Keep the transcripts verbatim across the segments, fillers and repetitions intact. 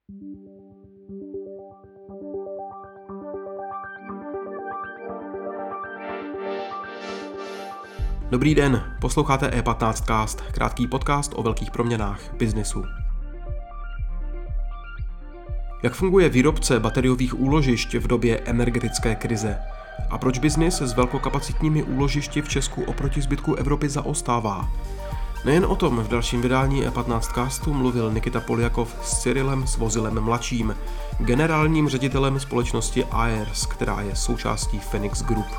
Dobrý den, posloucháte E patnáct Cast, krátký podcast o velkých proměnách biznisu. Jak funguje výrobce bateriových úložišť v době energetické krize? A proč biznis s velkokapacitními úložišti v Česku oproti zbytku Evropy zaostává? Nejen o tom v dalším vydání E patnáct Castu mluvil Nikita Poljakov s Cyrilem Svozilem mladším, generálním ředitelem společnosti A E R S, která je součástí Phoenix Group.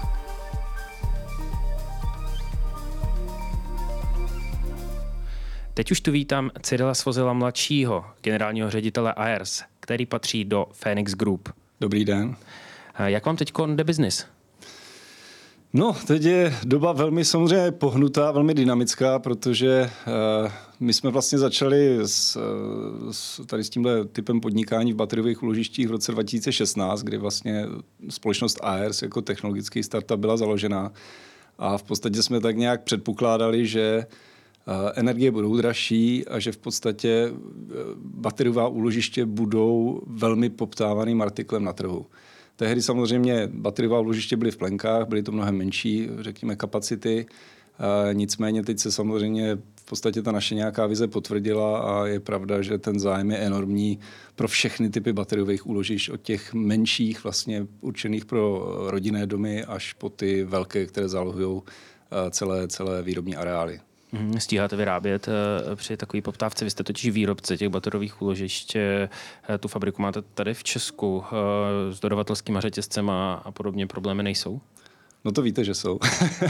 Teď už tu vítám Cyrila Svozila mladšího, generálního ředitele A E R S, který patří do Phoenix Group. Dobrý den. Jak vám teď jde biznis? No, teď je doba velmi samozřejmě pohnutá, velmi dynamická, protože uh, my jsme vlastně začali s, s, tady s tímhle typem podnikání v bateriových úložištích v roce dva tisíce šestnáct, kdy vlastně společnost A E R S jako technologický startup byla založena a v podstatě jsme tak nějak předpokládali, že energie budou dražší a že v podstatě bateriová úložiště budou velmi poptávaným artiklem na trhu. Tehdy samozřejmě bateriová úložiště byly v plenkách, byly to mnohem menší, řekněme, kapacity. Nicméně teď se samozřejmě v podstatě ta naše nějaká vize potvrdila a je pravda, že ten zájem je enormní pro všechny typy bateriových úložišť, od těch menších vlastně určených pro rodinné domy až po ty velké, které zálohují celé, celé výrobní areály. Stíháte vyrábět při takové poptávce? Vy jste totiž výrobce těch bateriových úložišť. Tu fabriku máte tady v Česku. S dodavatelskými řetězcema a podobně problémy nejsou? No to víte, že jsou.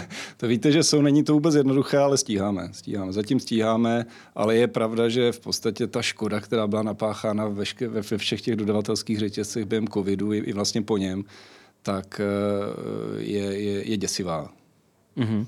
To víte, že jsou. Není to vůbec jednoduché, ale stíháme. stíháme. Zatím stíháme, ale je pravda, že v podstatě ta škoda, která byla napáchána ve, ve všech těch dodavatelských řetězcech během covidu i vlastně po něm, tak je, je, je děsivá. Uhum.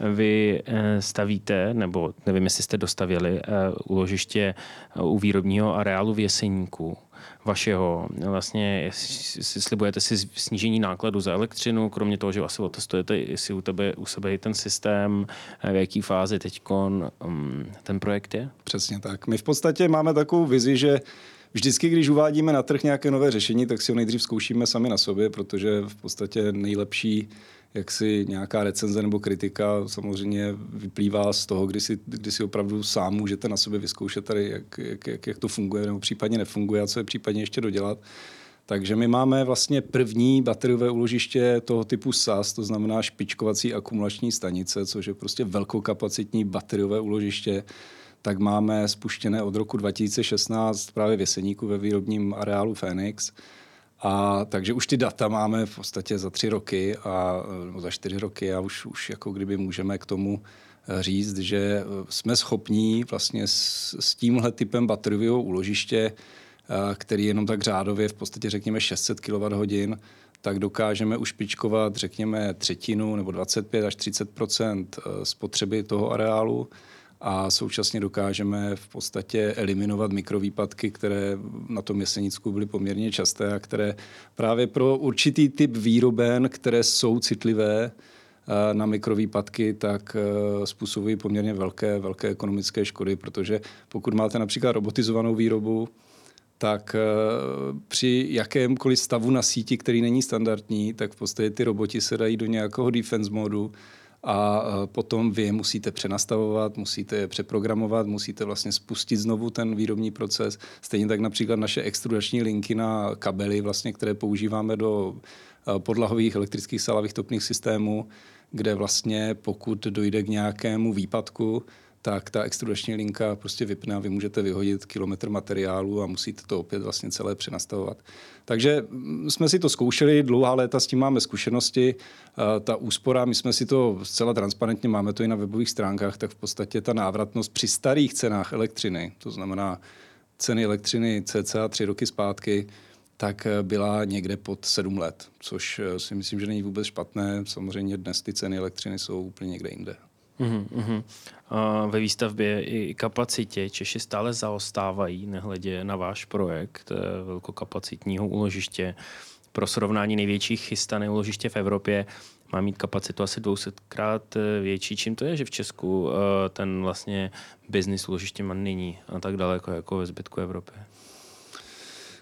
Vy stavíte, nebo nevím, jestli jste dostavěli úložiště u výrobního areálu v Jeseníku vašeho. Vlastně si slibujete si snížení nákladu za elektřinu, kromě toho, že asi otestujete, jestli u tebe, u sebe je ten systém, v jaký fázi teďkon ten projekt je? Přesně tak. My v podstatě máme takovou vizi, že vždycky, když uvádíme na trh nějaké nové řešení, tak si ho nejdřív zkoušíme sami na sobě, protože v podstatě nejlepší jak si nějaká recenze nebo kritika samozřejmě vyplývá z toho, kdy si, kdy si opravdu sám můžete na sobě vyzkoušet tady, jak, jak, jak to funguje nebo případně nefunguje a co je případně ještě dodělat. Takže my máme vlastně první bateriové úložiště toho typu S A S, to znamená špičkovací akumulační stanice, což je prostě velkokapacitní bateriové úložiště. Tak máme spuštěné od roku dva tisíce šestnáct právě v Jeseníku ve výrobním areálu Phoenix. A takže už ty data máme v podstatě za tři roky a no, za čtyři roky a už, už jako kdyby můžeme k tomu říct, že jsme schopní vlastně s, s tímhle typem bateriového úložiště, který jenom tak řádově v podstatě řekněme šest set kilowatthodin, tak dokážeme ušpičkovat řekněme třetinu nebo dvacet pět až třicet procent spotřeby toho areálu. A současně dokážeme v podstatě eliminovat mikrovýpadky, které na tom Jesenicku byly poměrně časté a které právě pro určitý typ výroben, které jsou citlivé na mikrovýpadky, tak způsobují poměrně velké, velké ekonomické škody, protože pokud máte například robotizovanou výrobu, tak při jakémkoliv stavu na síti, který není standardní, tak v podstatě ty roboti se dají do nějakého defense modu, a potom vy je musíte přenastavovat, musíte je přeprogramovat, musíte vlastně spustit znovu ten výrobní proces. Stejně tak například naše extrudační linky na kabely, vlastně, které používáme do podlahových elektrických sálavých topných systémů, kde vlastně pokud dojde k nějakému výpadku, tak ta extrudační linka prostě vypne a vy můžete vyhodit kilometr materiálu a musíte to opět vlastně celé přenastavovat. Takže jsme si to zkoušeli, dlouhá léta s tím máme zkušenosti. Ta úspora, my jsme si to zcela transparentně, máme to i na webových stránkách, tak v podstatě ta návratnost při starých cenách elektřiny, to znamená ceny elektřiny cca tři roky zpátky, tak byla někde pod sedm let, což si myslím, že není vůbec špatné. Samozřejmě dnes ty ceny elektřiny jsou úplně někde jinde. Uhum, uhum. A ve výstavbě i kapacitě Češi stále zaostávají, nehledě na váš projekt velkokapacitního úložiště. Pro srovnání největších chystané úložiště v Evropě má mít kapacitu asi dvousetkrát větší. Čím to je, že v Česku ten vlastně business úložiště má není a tak daleko jako ve zbytku Evropy?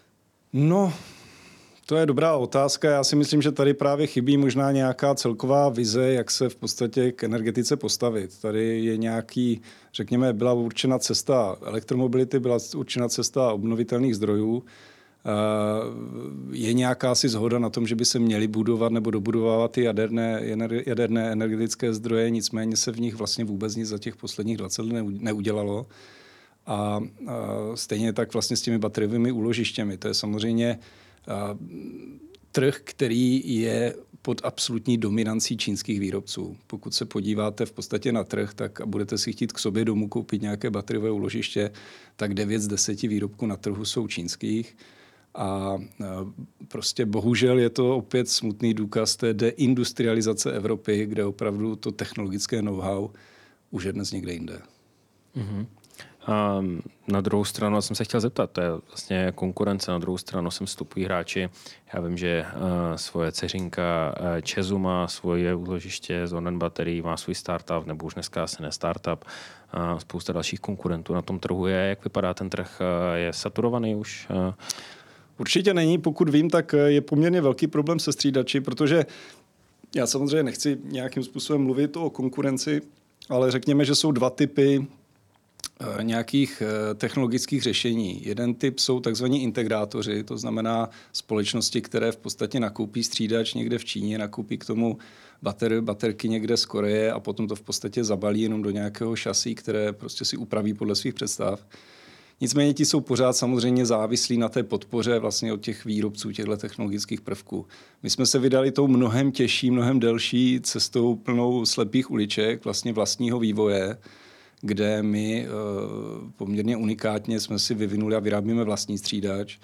No, to je dobrá otázka. Já si myslím, že tady právě chybí možná nějaká celková vize, jak se v podstatě k energetice postavit. Tady je nějaký, řekněme, byla určena cesta elektromobility, byla určena cesta obnovitelných zdrojů. Je nějaká asi shoda na tom, že by se měly budovat nebo dobudovávat ty jaderné, jaderné energetické zdroje, nicméně se v nich vlastně vůbec nic za těch posledních dvacet let neudělalo. A, a stejně tak vlastně s těmi bateriovými úložištěmi. To je samozřejmě a, trh, který je pod absolutní dominancí čínských výrobců. Pokud se podíváte v podstatě na trh, tak a budete si chtít k sobě domů koupit nějaké bateriové úložiště, tak devět z deseti výrobků na trhu jsou čínských. A prostě bohužel je to opět smutný důkaz té deindustrializace Evropy, kde opravdu to technologické know-how už je dnes někde jinde. Mm-hmm. A na druhou stranu jsem se chtěl zeptat, to je vlastně konkurence, na druhou stranu sem vstupují hráči. Já vím, že uh, svoje dceřinka uh, Česu má svoje úložiště z Onen baterií, má svůj startup, nebo už dneska asi ne startup. Uh, spousta dalších konkurentů na tom trhu je. Jak vypadá ten trh? Uh, je saturovaný už? Uh... Určitě není, pokud vím, tak je poměrně velký problém se střídači, protože já samozřejmě nechci nějakým způsobem mluvit o konkurenci, ale řekněme, že jsou dva typy nějakých technologických řešení. Jeden typ jsou takzvaní integrátoři, to znamená společnosti, které v podstatě nakoupí střídač někde v Číně, nakoupí k tomu bater, baterky někde z Koreje a potom to v podstatě zabalí jenom do nějakého šasí, které prostě si upraví podle svých představ. Nicméně ti jsou pořád samozřejmě závislí na té podpoře vlastně od těch výrobců těchto technologických prvků. My jsme se vydali tou mnohem těžší, mnohem delší cestou plnou slepých uliček, vlastně vlastního vývoje, kde my poměrně unikátně jsme si vyvinuli a vyrábíme vlastní střídač.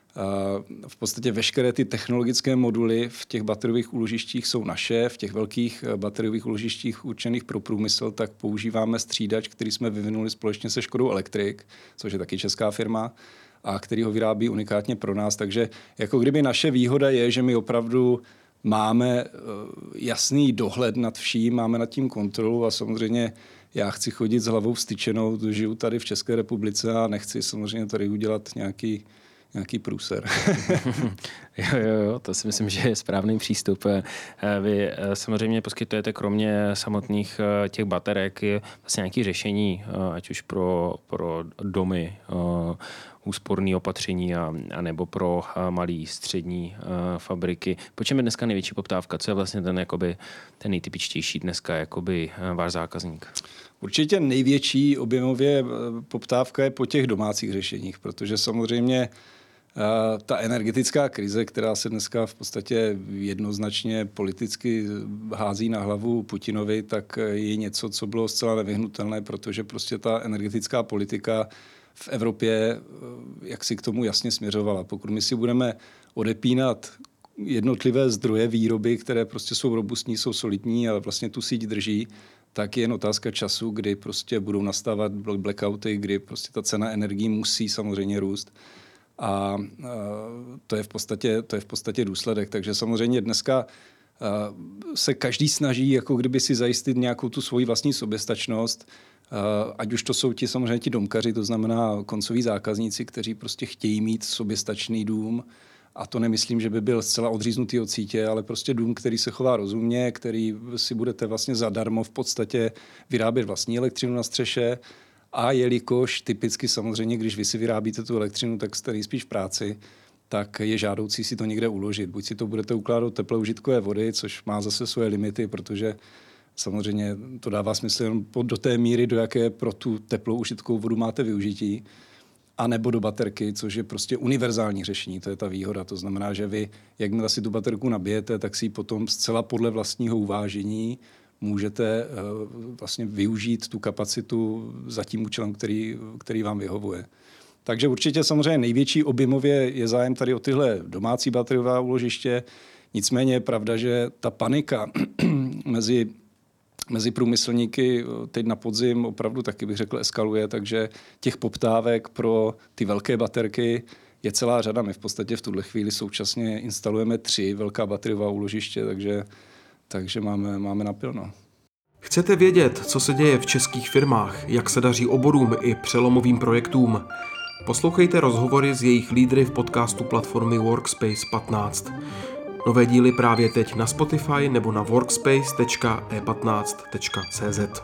V podstatě veškeré ty technologické moduly v těch bateriových úložištích jsou naše. V těch velkých bateriových úložištích určených pro průmysl tak používáme střídač, který jsme vyvinuli společně se Škodou Electric, což je taky česká firma, a který ho vyrábí unikátně pro nás. Takže jako kdyby naše výhoda je, že my opravdu máme jasný dohled nad vším, máme nad tím kontrolu a samozřejmě já chci chodit s hlavou vstyčenou, žiju tady v České republice a nechci samozřejmě tady udělat nějaký, nějaký průser. jo, jo, jo, to si myslím, že je správný přístup. Vy samozřejmě poskytujete kromě samotných těch baterek vlastně nějaké řešení, ať už pro, pro domy, úsporné opatření a, a nebo pro malé střední uh, fabriky. Po čem je dneska největší poptávka? Co je vlastně ten, jakoby, ten nejtypičtější dneska jakoby, uh, váš zákazník? Určitě největší objemově poptávka je po těch domácích řešeních, protože samozřejmě uh, ta energetická krize, která se dneska v podstatě jednoznačně politicky hází na hlavu Putinovi, tak je něco, co bylo zcela nevyhnutelné, protože prostě ta energetická politika v Evropě jak si k tomu jasně směřovala. Pokud my si budeme odepínat jednotlivé zdroje výroby, které prostě jsou robustní, jsou solidní a vlastně tu síť drží, tak je jen otázka času, kdy prostě budou nastávat blackouty, kdy prostě ta cena energií musí samozřejmě růst. A to je v podstatě, to je v podstatě důsledek. Takže samozřejmě dneska se každý snaží jako kdyby si zajistit nějakou tu svoji vlastní soběstačnost, ať už to jsou ti samozřejmě ti domkaři, to znamená koncoví zákazníci, kteří prostě chtějí mít soběstačný dům. A to nemyslím, že by byl zcela odříznutý od sítě, ale prostě dům, který se chová rozumně, který si budete vlastně zadarmo v podstatě vyrábět vlastní elektřinu na střeše. A jelikož typicky samozřejmě, když vy si vyrábíte tu elektřinu, tak jste nejspíš v práci, tak je žádoucí si to někde uložit. Buď si to budete ukládat do teplé užitkové vody, což má zase svoje limity, protože samozřejmě to dává smysl jen do té míry, do jaké pro tu teplou užitkovou vodu máte využití, a nebo do baterky, což je prostě univerzální řešení, to je ta výhoda. To znamená, že vy, jakmile si tu baterku nabijete, tak si ji potom zcela podle vlastního uvážení můžete uh, vlastně využít tu kapacitu za tím účelem, který, který vám vyhovuje. Takže určitě samozřejmě největší objemově je zájem tady o tyhle domácí bateriová úložiště. Nicméně je pravda, že ta panika mezi Mezi průmyslníky teď na podzim opravdu taky bych řekl eskaluje, takže těch poptávek pro ty velké baterky je celá řada. My v podstatě v tuhle chvíli současně instalujeme tři velká bateriová úložiště, takže, takže máme, máme napilno. Chcete vědět, co se děje v českých firmách, jak se daří oborům i přelomovým projektům? Poslouchejte rozhovory s jejich lídry v podcastu platformy Workspace patnáct. Nové díly právě teď na Spotify nebo na workspace tečka e patnáct tečka cé zet.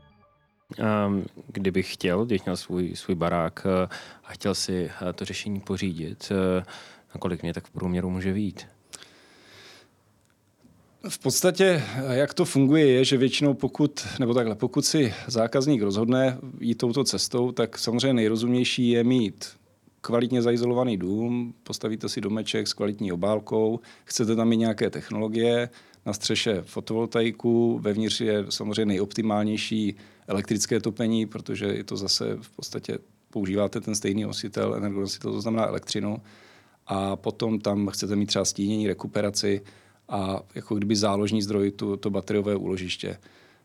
Kdybych chtěl, když měl svůj, svůj barák a chtěl si to řešení pořídit, na kolik mě tak v průměru může vyjít? V podstatě, jak to funguje, je, že většinou pokud, nebo takhle, pokud si zákazník rozhodne jít touto cestou, tak samozřejmě nejrozumnější je mít kvalitně zaizolovaný dům, postavíte si domeček s kvalitní obálkou, chcete tam mít nějaké technologie, na střeše fotovoltaiku, vevnitř je samozřejmě nejoptimálnější elektrické topení, protože je to zase v podstatě používáte ten stejný nositel, energonositel, to znamená elektřinu, a potom tam chcete mít třeba stínění, rekuperaci a jako kdyby záložní zdroj to, to bateriové úložiště.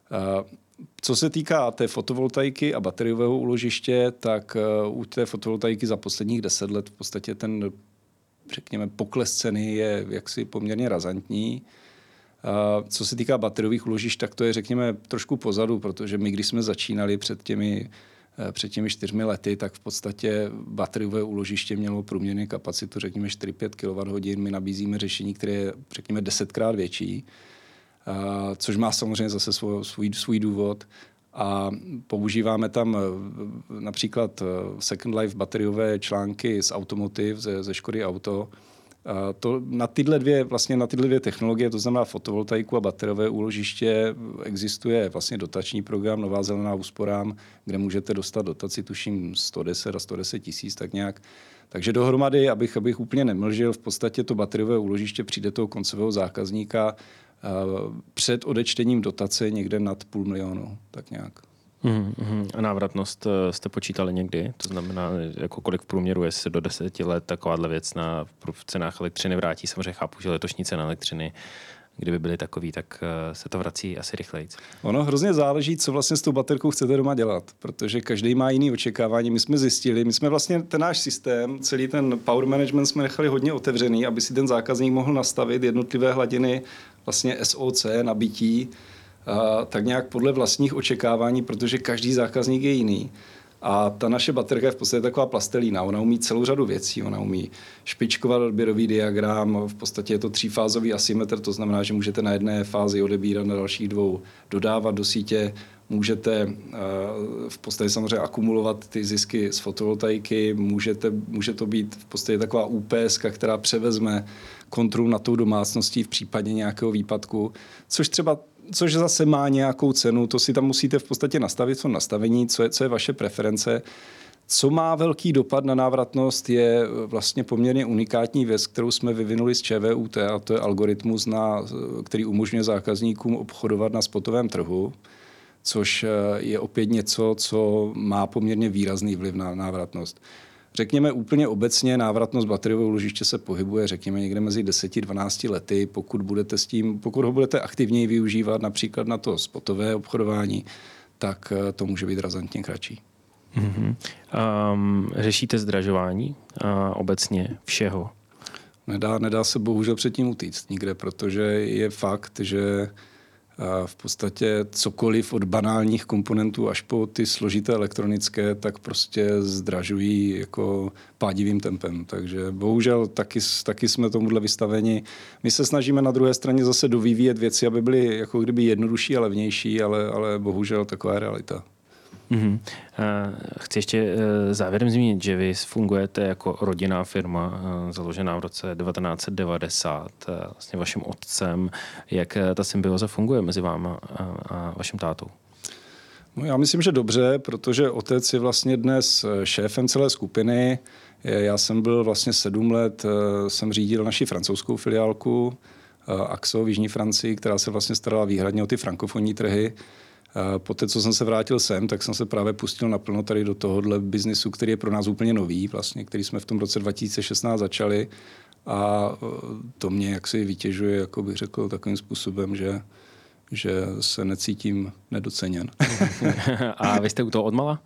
Co se týká té fotovoltaiky a bateriového úložiště, tak u té fotovoltaiky za posledních deset let v podstatě ten, řekněme, pokles ceny je jaksi poměrně razantní. Co se týká bateriových úložišť, tak to je, řekněme, trošku pozadu, protože my, když jsme začínali před těmi, před těmi čtyřmi lety, tak v podstatě bateriové úložiště mělo průměrně kapacitu, řekněme, čtyři až pět kilowatthodin. My nabízíme řešení, které je, řekněme, desetkrát větší, což má samozřejmě zase svůj, svůj, svůj důvod. A používáme tam například Second Life bateriové články z Automotive, ze, ze Škody Auto. A to, na, tyhle dvě, vlastně na tyhle dvě technologie, to znamená fotovoltaiku a bateriové úložiště, existuje vlastně dotační program Nová zelená úsporám, kde můžete dostat dotaci, tuším, sto deset a sto deset tisíc, tak nějak. Takže dohromady, abych, abych úplně nemlžil, v podstatě to bateriové úložiště přijde toho koncového zákazníka před odečtením dotace někde nad půl milionu, tak nějak. Mm, mm. A návratnost jste počítali někdy? To znamená, jako kolik v průměru, jestli do deseti let takováhle věc na, v cenách elektřiny vrátí. Samozřejmě chápu, že letošní cena elektřiny, kdyby byly takový, tak se to vrací asi rychleji. Ono hrozně záleží, co vlastně s tou baterkou chcete doma dělat, protože každý má jiný očekávání. My jsme zjistili, my jsme vlastně ten náš systém, celý ten power management jsme nechali hodně otevřený, aby si ten zákazník mohl nastavit jednotlivé hladiny vlastně S O C, nabití, a tak nějak podle vlastních očekávání, protože každý zákazník je jiný. A ta naše baterka je v podstatě taková plastelína. Ona umí celou řadu věcí. Ona umí špičkovat odběrový diagram, v podstatě je to třífázový asymetr, to znamená, že můžete na jedné fázi odebírat, na dalších dvou dodávat do sítě. Můžete v podstatě samozřejmě akumulovat ty zisky z fotovoltaiky, můžete, může to být v podstatě taková U P S, která převezme kontrolu nad tou domácností v případě nějakého výpadku, což třeba což zase má nějakou cenu, to si tam musíte v podstatě nastavit to nastavení, co je, co je vaše preference. Co má velký dopad na návratnost, je vlastně poměrně unikátní věc, kterou jsme vyvinuli z Č V U T, a to je algoritmus, na, který umožňuje zákazníkům obchodovat na spotovém trhu, což je opět něco, co má poměrně výrazný vliv na návratnost. Řekněme úplně obecně, návratnost bateriového úložiště se pohybuje, řekněme, někde mezi deset až dvanáct lety. Pokud budete s tím, pokud ho budete aktivněji využívat například na to spotové obchodování, tak to může být razantně kratší. Mm-hmm. Um, řešíte zdražování uh, obecně všeho? Nedá, nedá se bohužel předtím utíct nikde, protože je fakt, že v podstatě cokoliv od banálních komponentů až po ty složité elektronické, tak prostě zdražují jako pádivým tempem. Takže bohužel taky, taky jsme tomuhle vystaveni. My se snažíme na druhé straně zase dovyvíjet věci, aby byly jako kdyby jednodušší a levnější, ale, ale bohužel taková je realita. Mm-hmm. Chci ještě závěrem zmínit, že vy fungujete jako rodinná firma založená v roce devatenáct set devadesát vlastně vaším otcem. Jak ta symbioza funguje mezi váma a vaším tátou? No, já myslím, že dobře, protože otec je vlastně dnes šéfem celé skupiny. Já jsem byl vlastně sedm let, jsem řídil naši francouzskou filiálku Axo v jižní Francii, která se vlastně starala výhradně o ty frankofonní trhy. Poté, co jsem se vrátil sem, tak jsem se právě pustil naplno tady do tohohle biznisu, který je pro nás úplně nový, vlastně, který jsme v tom roce dva tisíce šestnáct začali, a to mě jaksi vytěžuje, jako bych řekl, takovým způsobem, že, že se necítím nedoceněn. A vy jste u toho odmala?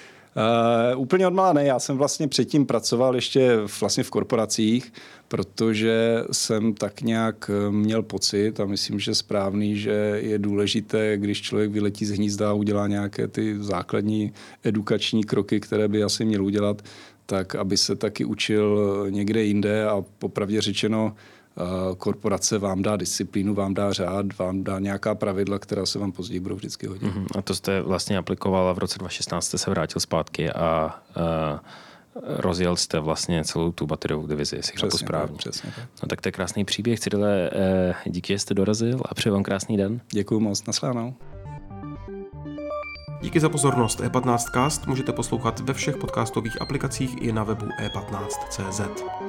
Uh, úplně odmala ne, já jsem vlastně předtím pracoval ještě vlastně v korporacích, protože jsem tak nějak měl pocit a myslím, že správný, že je důležité, když člověk vyletí z hnízda a udělá nějaké ty základní edukační kroky, které by asi měl udělat, tak aby se taky učil někde jinde a popravdě řečeno, korporace vám dá disciplínu, vám dá řád, vám dá nějaká pravidla, která se vám později budou vždycky hodit. Mm-hmm. A to jste vlastně aplikovala v roce dva tisíce šestnáct, jste se vrátil zpátky a, a rozjel jste vlastně celou tu bateriovou divizi, jestli chápu správně. Přesně tak. No tak to je krásný příběh. Cyrile, díky, že jste dorazil a přeji vám krásný den. Děkuju moc, nashledanou. Díky za pozornost. E patnáct cast můžete poslouchat ve všech podcastových aplikacích i na webu e patnáct tečka cé zet.